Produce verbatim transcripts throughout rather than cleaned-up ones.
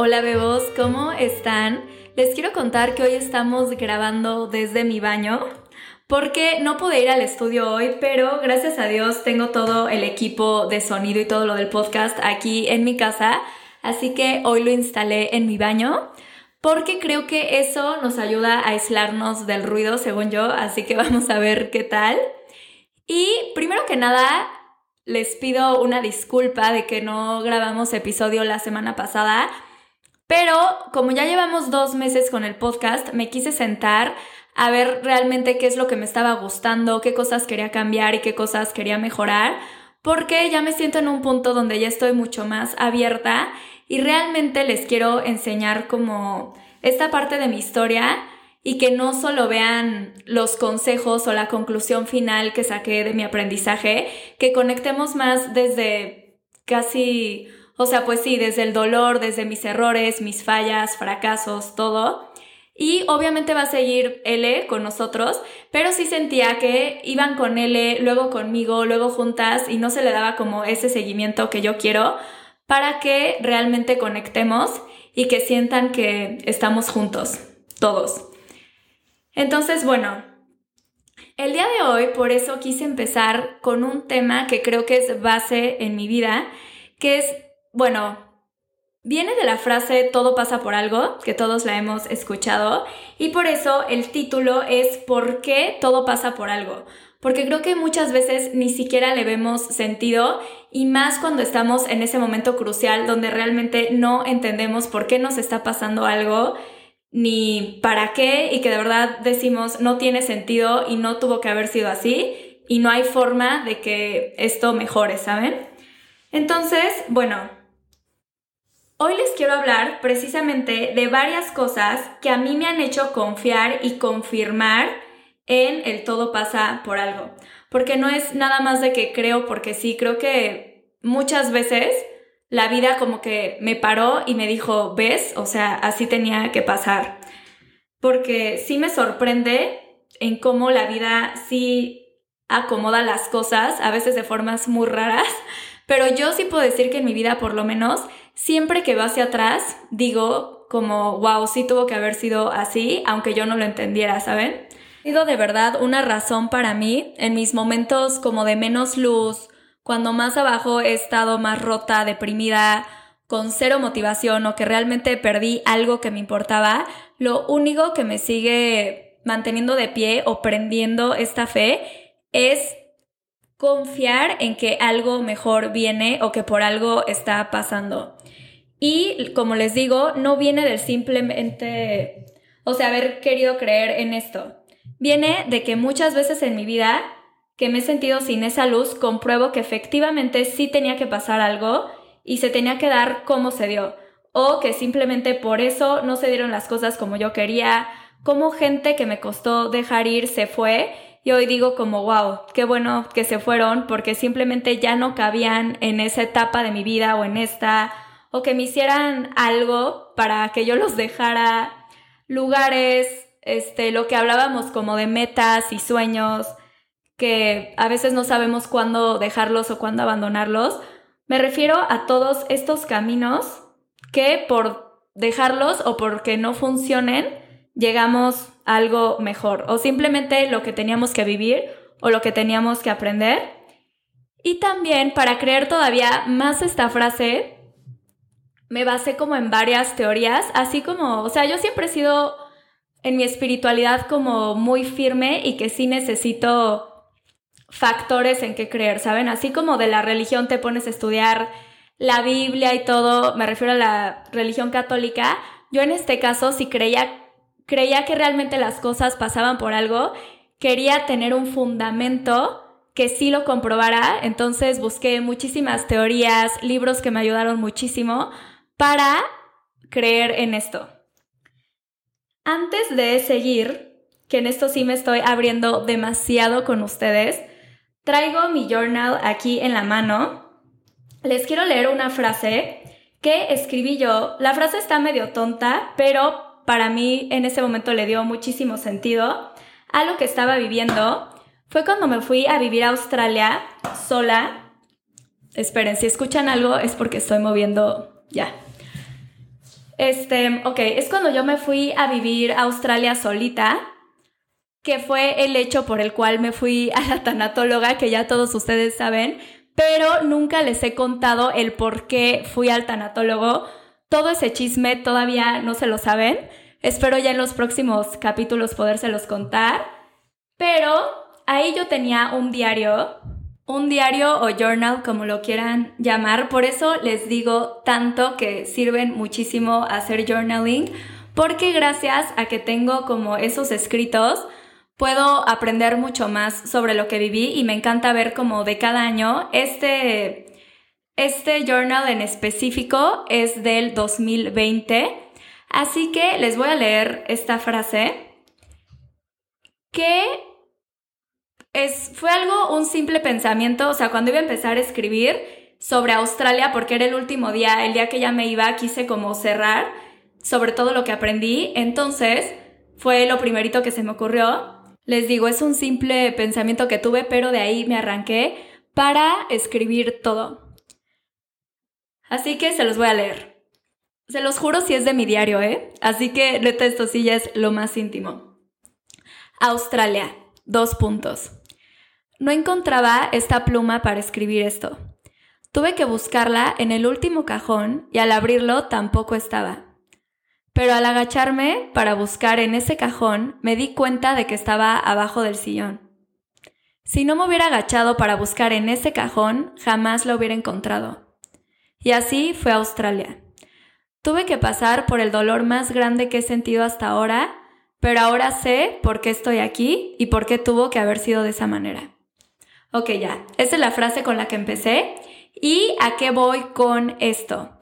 Hola bebos, ¿cómo están? Les quiero contar que hoy estamos grabando desde mi baño porque no pude ir al estudio hoy, pero gracias a Dios tengo todo el equipo de sonido y todo lo del podcast aquí en mi casa, así que hoy lo instalé en mi baño porque creo que eso nos ayuda a aislarnos del ruido, según yo, así que vamos a ver qué tal. Y primero que nada, les pido una disculpa de que no grabamos episodio la semana pasada, pero como ya llevamos dos meses con el podcast, me quise sentar a ver realmente qué es lo que me estaba gustando, qué cosas quería cambiar y qué cosas quería mejorar, porque ya me siento en un punto donde ya estoy mucho más abierta y realmente les quiero enseñar como esta parte de mi historia y que no solo vean los consejos o la conclusión final que saqué de mi aprendizaje, que conectemos más desde casi, o sea, pues sí, desde el dolor, desde mis errores, mis fallas, fracasos, todo. Y obviamente va a seguir L con nosotros, pero sí sentía que iban con L, luego conmigo, luego juntas y no se le daba como ese seguimiento que yo quiero para que realmente conectemos y que sientan que estamos juntos, todos. Entonces, bueno, el día de hoy por eso quise empezar con un tema que creo que es base en mi vida, que es, bueno, viene de la frase todo pasa por algo, que todos la hemos escuchado, y por eso el título es ¿por qué todo pasa por algo? Porque creo que muchas veces ni siquiera le vemos sentido y más cuando estamos en ese momento crucial donde realmente no entendemos por qué nos está pasando algo ni para qué y que de verdad decimos no tiene sentido y no tuvo que haber sido así y no hay forma de que esto mejore, ¿saben? Entonces, bueno, hoy les quiero hablar precisamente de varias cosas que a mí me han hecho confiar y confirmar en el todo pasa por algo. Porque no es nada más de que creo porque sí, creo que muchas veces la vida como que me paró y me dijo, ¿ves? O sea, así tenía que pasar. Porque sí me sorprende en cómo la vida sí acomoda las cosas, a veces de formas muy raras, pero yo sí puedo decir que en mi vida, por lo menos, siempre que veo hacia atrás, digo como, wow, sí tuvo que haber sido así, aunque yo no lo entendiera, ¿saben? Ha sido de verdad una razón para mí, en mis momentos como de menos luz, cuando más abajo he estado más rota, deprimida, con cero motivación o que realmente perdí algo que me importaba, lo único que me sigue manteniendo de pie o prendiendo esta fe es confiar en que algo mejor viene o que por algo está pasando. Y como les digo, no viene del simplemente, o sea, haber querido creer en esto. Viene de que muchas veces en mi vida que me he sentido sin esa luz, compruebo que efectivamente sí tenía que pasar algo y se tenía que dar como se dio. O que simplemente por eso no se dieron las cosas como yo quería, como gente que me costó dejar ir se fue. Y hoy digo como, wow, qué bueno que se fueron porque simplemente ya no cabían en esa etapa de mi vida o en esta, o que me hicieran algo para que yo los dejara, lugares, este, lo que hablábamos como de metas y sueños, que a veces no sabemos cuándo dejarlos o cuándo abandonarlos. Me refiero a todos estos caminos que por dejarlos o porque no funcionen, llegamos a algo mejor o simplemente lo que teníamos que vivir o lo que teníamos que aprender. Y también para creer todavía más esta frase, me basé como en varias teorías, así como, o sea, yo siempre he sido en mi espiritualidad como muy firme y que sí necesito factores en qué creer, ¿saben? Así como de la religión te pones a estudiar la Biblia y todo, me refiero a la religión católica, yo en este caso sí creía, creía que realmente las cosas pasaban por algo, quería tener un fundamento que sí lo comprobara, entonces busqué muchísimas teorías, libros que me ayudaron muchísimo para creer en esto. Antes de seguir, que en esto sí me estoy abriendo demasiado con ustedes, traigo mi journal aquí en la mano. Les quiero leer una frase que escribí yo. La frase está medio tonta, pero para mí en ese momento le dio muchísimo sentido a lo que estaba viviendo. Fue cuando me fui a vivir a Australia sola. Esperen, si escuchan algo es porque estoy moviendo ya. Este, ok, es cuando yo me fui a vivir a Australia solita, que fue el hecho por el cual me fui a la tanatóloga, que ya todos ustedes saben, pero nunca les he contado el por qué fui al tanatólogo. Todo ese chisme todavía no se lo saben. Espero ya en los próximos capítulos podérselos contar. Pero ahí yo tenía un diario, un diario o journal, como lo quieran llamar. Por eso les digo tanto que sirven muchísimo hacer journaling, porque gracias a que tengo como esos escritos, puedo aprender mucho más sobre lo que viví y me encanta ver como de cada año. Este, este journal en específico es del dos mil veinte, así que les voy a leer esta frase que es, fue algo, un simple pensamiento, o sea, cuando iba a empezar a escribir sobre Australia, porque era el último día, el día que ya me iba, quise como cerrar sobre todo lo que aprendí, entonces fue lo primerito que se me ocurrió. Les digo, es un simple pensamiento que tuve, pero de ahí me arranqué para escribir todo. Así que se los voy a leer. Se los juro si es de mi diario, ¿eh? Así que neta esto sí ya es lo más íntimo. Australia, dos puntos. No encontraba esta pluma para escribir esto. Tuve que buscarla en el último cajón y al abrirlo tampoco estaba. Pero al agacharme para buscar en ese cajón, me di cuenta de que estaba abajo del sillón. Si no me hubiera agachado para buscar en ese cajón, jamás lo hubiera encontrado. Y así fue a Australia. Tuve que pasar por el dolor más grande que he sentido hasta ahora, pero ahora sé por qué estoy aquí y por qué tuvo que haber sido de esa manera. Ok, ya. Esa es la frase con la que empecé. ¿Y a qué voy con esto?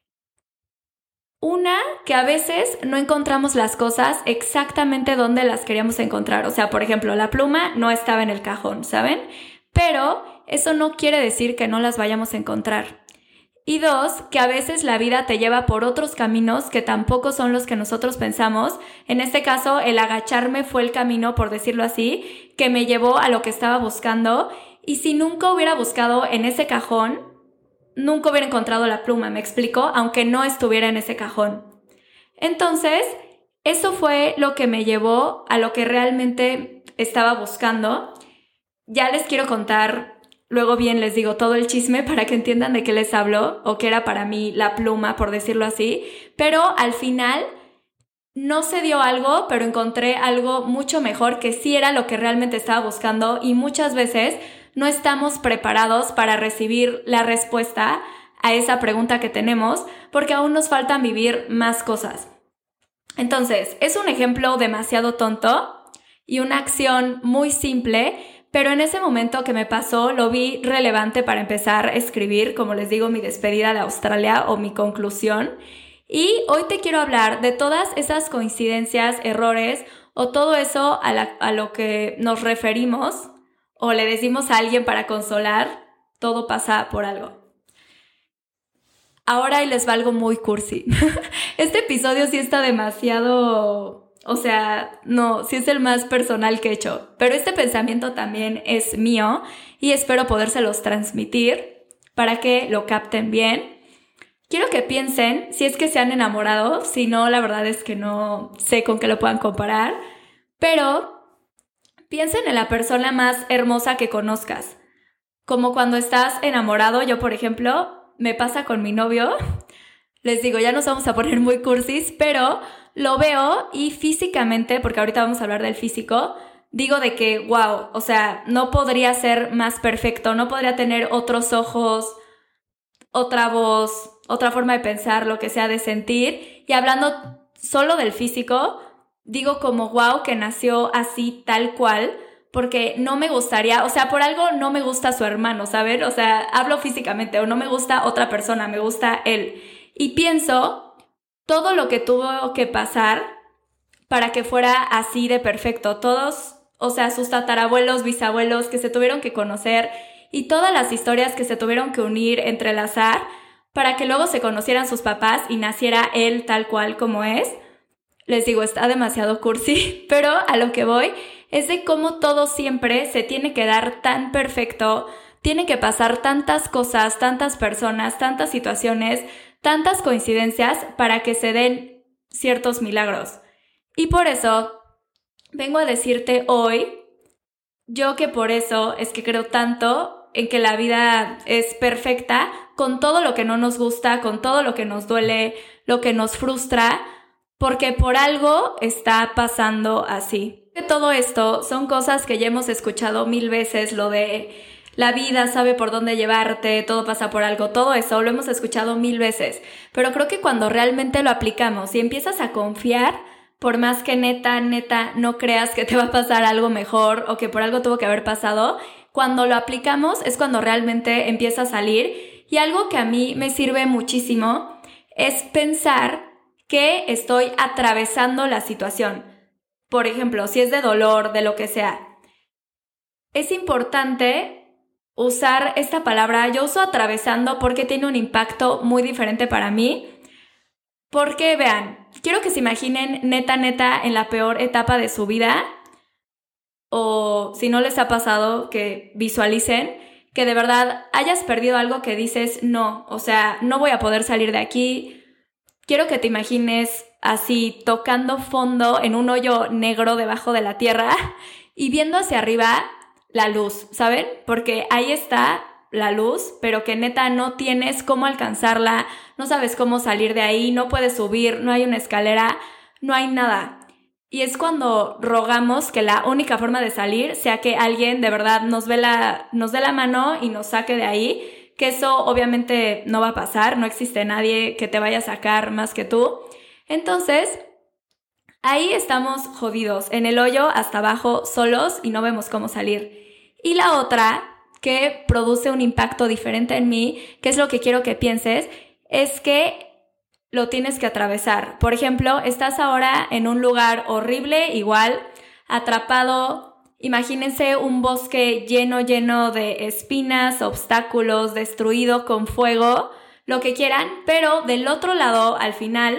Una, que a veces no encontramos las cosas exactamente donde las queríamos encontrar. O sea, por ejemplo, la pluma no estaba en el cajón, ¿saben? Pero eso no quiere decir que no las vayamos a encontrar. Y dos, que a veces la vida te lleva por otros caminos que tampoco son los que nosotros pensamos. En este caso, el agacharme fue el camino, por decirlo así, que me llevó a lo que estaba buscando. Y si nunca hubiera buscado en ese cajón, nunca hubiera encontrado la pluma, ¿me explico? Aunque no estuviera en ese cajón. Entonces, eso fue lo que me llevó a lo que realmente estaba buscando. Ya les quiero contar, luego bien les digo todo el chisme para que entiendan de qué les hablo, o qué era para mí la pluma, por decirlo así. Pero al final no se dio algo, pero encontré algo mucho mejor que sí era lo que realmente estaba buscando, y muchas veces no estamos preparados para recibir la respuesta a esa pregunta que tenemos porque aún nos faltan vivir más cosas. Entonces, es un ejemplo demasiado tonto y una acción muy simple, pero en ese momento que me pasó lo vi relevante para empezar a escribir, como les digo, mi despedida de Australia o mi conclusión. Y hoy te quiero hablar de todas esas coincidencias, errores o todo eso a, la, a lo que nos referimos o le decimos a alguien para consolar, todo pasa por algo. Ahora ahí les va algo muy cursi. Este episodio sí está demasiado, o sea, no, sí es el más personal que he hecho, pero este pensamiento también es mío y espero podérselos transmitir para que lo capten bien. Quiero que piensen si es que se han enamorado, si no, la verdad es que no sé con qué lo puedan comparar, pero piensen en la persona más hermosa que conozcas. Como cuando estás enamorado, yo por ejemplo, me pasa con mi novio. Les digo, ya nos vamos a poner muy cursis, pero lo veo y físicamente, porque ahorita vamos a hablar del físico, digo de que, wow, o sea, no podría ser más perfecto, no podría tener otros ojos, otra voz, otra forma de pensar, lo que sea, de sentir. Y hablando solo del físico, digo como wow que nació así tal cual, porque no me gustaría, o sea, por algo no me gusta su hermano, ¿saben? O sea, hablo físicamente, o no me gusta otra persona, me gusta él. Y pienso todo lo que tuvo que pasar para que fuera así de perfecto. Todos, o sea, sus tatarabuelos, bisabuelos que se tuvieron que conocer y todas las historias que se tuvieron que unir, entrelazar, para que luego se conocieran sus papás y naciera él tal cual como es. Les digo, está demasiado cursi, pero a lo que voy es de cómo todo siempre se tiene que dar tan perfecto, tiene que pasar tantas cosas, tantas personas, tantas situaciones, tantas coincidencias para que se den ciertos milagros. Y por eso vengo a decirte hoy, yo que por eso es que creo tanto en que la vida es perfecta, con todo lo que no nos gusta, con todo lo que nos duele, lo que nos frustra, porque por algo está pasando así. Todo esto son cosas que ya hemos escuchado mil veces, lo de la vida sabe por dónde llevarte, todo pasa por algo, todo eso lo hemos escuchado mil veces, pero creo que cuando realmente lo aplicamos y empiezas a confiar, por más que neta, neta no creas que te va a pasar algo mejor o que por algo tuvo que haber pasado, cuando lo aplicamos es cuando realmente empieza a salir. Y algo que a mí me sirve muchísimo es pensar que estoy atravesando la situación. Por ejemplo, si es de dolor, de lo que sea. Es importante usar esta palabra. Yo uso atravesando porque tiene un impacto muy diferente para mí. Porque, vean, quiero que se imaginen neta, neta en la peor etapa de su vida. O si no les ha pasado, que visualicen que de verdad hayas perdido algo que dices, no, o sea, no voy a poder salir de aquí. Quiero que te imagines así tocando fondo en un hoyo negro debajo de la tierra y viendo hacia arriba la luz, ¿saben? Porque ahí está la luz, pero que neta no tienes cómo alcanzarla, no sabes cómo salir de ahí, no puedes subir, no hay una escalera, no hay nada. Y es cuando rogamos que la única forma de salir sea que alguien de verdad nos, ve la, nos dé la mano y nos saque de ahí, que eso obviamente no va a pasar, no existe nadie que te vaya a sacar más que tú. Entonces, ahí estamos jodidos, en el hoyo hasta abajo, solos y no vemos cómo salir. Y la otra, que produce un impacto diferente en mí, que es lo que quiero que pienses, es que lo tienes que atravesar. Por ejemplo, estás ahora en un lugar horrible, igual, atrapado. Imagínense un bosque lleno, lleno de espinas, obstáculos, destruido con fuego, lo que quieran, pero del otro lado, al final,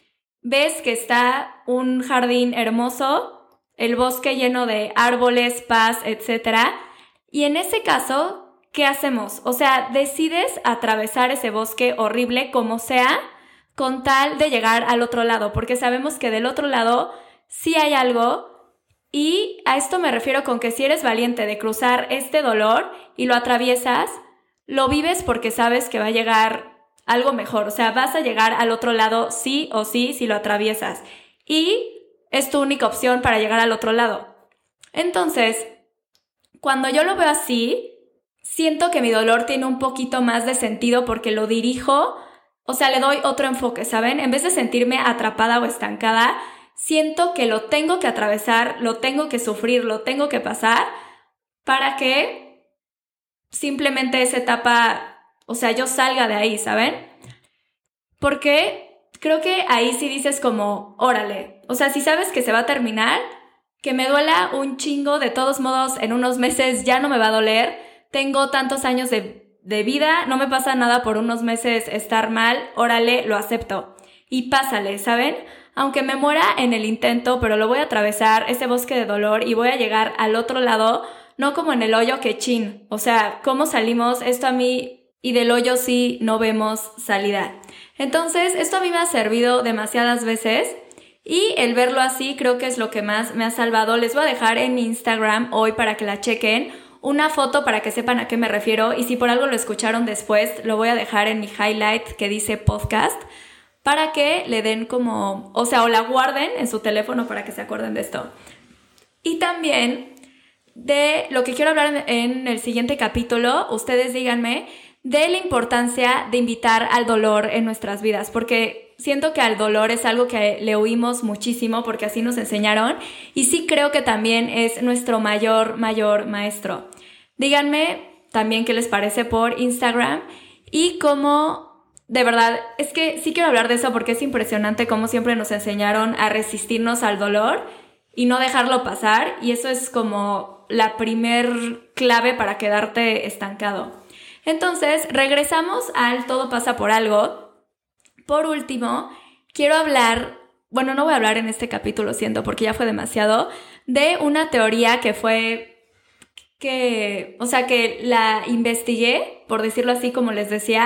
ves que está un jardín hermoso, el bosque lleno de árboles, paz, etcétera. Y en ese caso, ¿qué hacemos? O sea, decides atravesar ese bosque horrible como sea, con tal de llegar al otro lado, porque sabemos que del otro lado sí hay algo, y a esto me refiero con que si eres valiente de cruzar este dolor y lo atraviesas, lo vives porque sabes que va a llegar algo mejor, o sea, vas a llegar al otro lado sí o sí si lo atraviesas, y es tu única opción para llegar al otro lado. Entonces, cuando yo lo veo así, siento que mi dolor tiene un poquito más de sentido porque lo dirijo. O sea, le doy otro enfoque, ¿saben? En vez de sentirme atrapada o estancada, siento que lo tengo que atravesar, lo tengo que sufrir, lo tengo que pasar para que simplemente esa etapa, o sea, yo salga de ahí, ¿saben? Porque creo que ahí sí dices como, órale, o sea, si sabes que se va a terminar, que me duela un chingo, de todos modos, en unos meses ya no me va a doler, tengo tantos años de de vida, no me pasa nada por unos meses estar mal, órale, lo acepto. Y pásale, ¿saben? Aunque me muera en el intento, pero lo voy a atravesar, ese bosque de dolor, y voy a llegar al otro lado, no como en el hoyo que chin. O sea, ¿cómo salimos? Esto a mí, y del hoyo sí no vemos salida. Entonces, esto a mí me ha servido demasiadas veces, y el verlo así creo que es lo que más me ha salvado. Les voy a dejar en mi Instagram hoy para que la chequen, una foto para que sepan a qué me refiero, y si por algo lo escucharon después, lo voy a dejar en mi highlight que dice podcast, para que le den como, o sea, o la guarden en su teléfono para que se acuerden de esto. Y también de lo que quiero hablar en el siguiente capítulo, ustedes díganme, de la importancia de invitar al dolor en nuestras vidas, porque siento que al dolor es algo que le huimos muchísimo porque así nos enseñaron, y sí creo que también es nuestro mayor, mayor maestro. Díganme también qué les parece por Instagram y cómo, de verdad, es que sí quiero hablar de eso porque es impresionante cómo siempre nos enseñaron a resistirnos al dolor y no dejarlo pasar, y eso es como la primer clave para quedarte estancado. Entonces, regresamos al todo pasa por algo. Por último, quiero hablar, bueno, no voy a hablar en este capítulo, siento, porque ya fue demasiado, de una teoría que fue, que, o sea, que la investigué, por decirlo así, como les decía,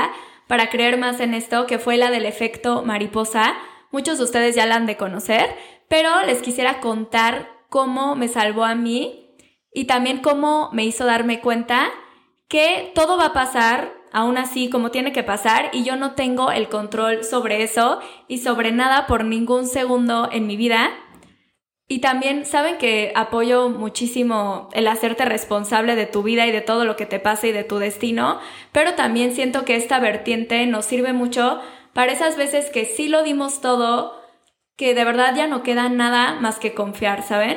para creer más en esto, que fue la del efecto mariposa. Muchos de ustedes ya la han de conocer, pero les quisiera contar cómo me salvó a mí y también cómo me hizo darme cuenta que todo va a pasar aún así como tiene que pasar y yo no tengo el control sobre eso y sobre nada por ningún segundo en mi vida. Y también saben que apoyo muchísimo el hacerte responsable de tu vida y de todo lo que te pasa y de tu destino, pero también siento que esta vertiente nos sirve mucho para esas veces que sí lo dimos todo, que de verdad ya no queda nada más que confiar, ¿saben?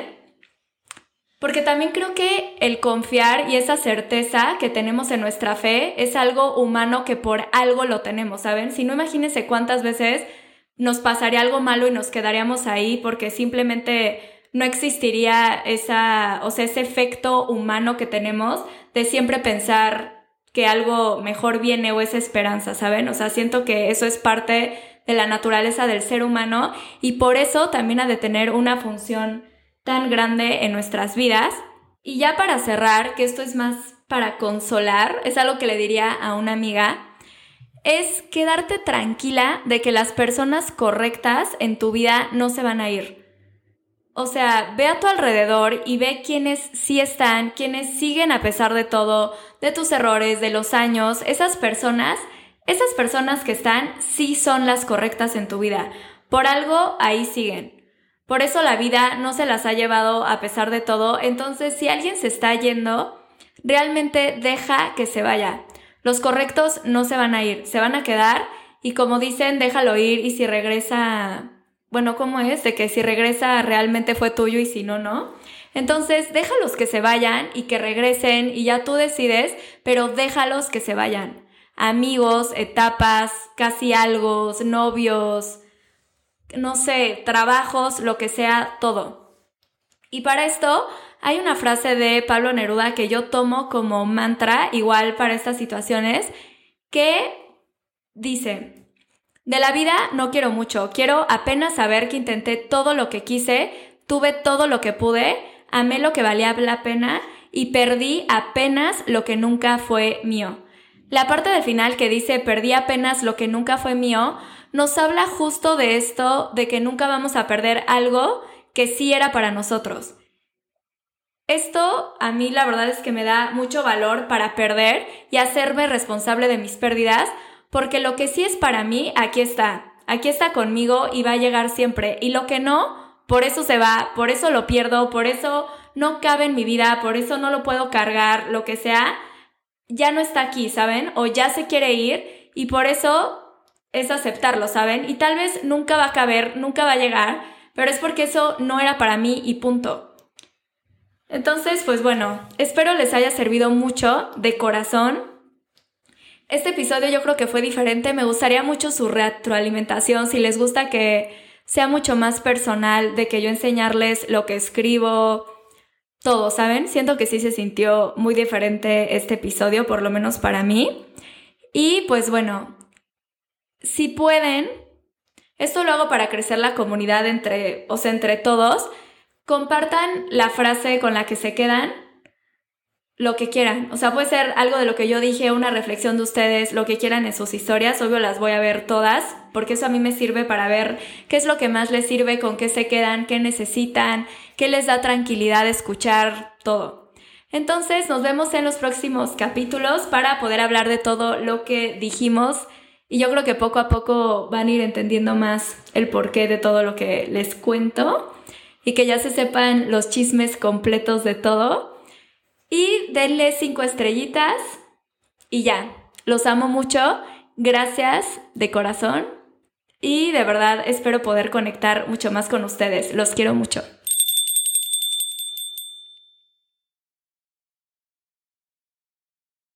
Porque también creo que el confiar y esa certeza que tenemos en nuestra fe es algo humano que por algo lo tenemos, ¿saben? Si no, imagínense cuántas veces nos pasaría algo malo y nos quedaríamos ahí porque simplemente no existiría esa, o sea, ese efecto humano que tenemos de siempre pensar que algo mejor viene o esa esperanza, ¿saben? O sea, siento que eso es parte de la naturaleza del ser humano y por eso también ha de tener una función tan grande en nuestras vidas. Y ya para cerrar, que esto es más para consolar, es algo que le diría a una amiga, es quedarte tranquila de que las personas correctas en tu vida no se van a ir. O sea, ve a tu alrededor y ve quiénes sí están, quiénes siguen a pesar de todo, de tus errores, de los años. Esas personas, esas personas que están, sí son las correctas en tu vida. Por algo, ahí siguen. Por eso la vida no se las ha llevado a pesar de todo. Entonces, si alguien se está yendo, realmente deja que se vaya. Los correctos no se van a ir, se van a quedar y como dicen, déjalo ir y si regresa, bueno, ¿cómo es? De que si regresa realmente fue tuyo y si no, no. Entonces, déjalos que se vayan y que regresen y ya tú decides, pero déjalos que se vayan. Amigos, etapas, casi algo, novios, no sé, trabajos, lo que sea, todo. Y para esto hay una frase de Pablo Neruda que yo tomo como mantra, igual para estas situaciones, que dice: de la vida no quiero mucho, quiero apenas saber que intenté todo lo que quise, tuve todo lo que pude, amé lo que valía la pena y perdí apenas lo que nunca fue mío. La parte del final que dice perdí apenas lo que nunca fue mío, nos habla justo de esto, de que nunca vamos a perder algo que sí era para nosotros. Esto a mí la verdad es que me da mucho valor para perder y hacerme responsable de mis pérdidas, porque lo que sí es para mí, aquí está, aquí está conmigo y va a llegar siempre, y lo que no, por eso se va, por eso lo pierdo, por eso no cabe en mi vida, por eso no lo puedo cargar, lo que sea, ya no está aquí, ¿saben? O ya se quiere ir y por eso es aceptarlo, ¿saben? Y tal vez nunca va a caber, nunca va a llegar, pero es porque eso no era para mí y punto. Entonces, pues bueno, espero les haya servido mucho de corazón. Este episodio yo creo que fue diferente, me gustaría mucho su retroalimentación, si les gusta que sea mucho más personal, de que yo enseñarles lo que escribo, todo, ¿saben? Siento que sí se sintió muy diferente este episodio, por lo menos para mí. Y pues bueno, si pueden, esto lo hago para crecer la comunidad entre, o sea, entre todos. Compartan la frase con la que se quedan, lo que quieran. O sea, puede ser algo de lo que yo dije, una reflexión de ustedes, lo que quieran en sus historias. Obvio las voy a ver todas, porque eso a mí me sirve para ver qué es lo que más les sirve, con qué se quedan, qué necesitan, qué les da tranquilidad escuchar, todo. Entonces, nos vemos en los próximos capítulos para poder hablar de todo lo que dijimos. Y yo creo que poco a poco van a ir entendiendo más el porqué de todo lo que les cuento. Y que ya se sepan los chismes completos de todo. Y denle cinco estrellitas. Y ya, los amo mucho. Gracias de corazón. Y de verdad espero poder conectar mucho más con ustedes. Los quiero mucho.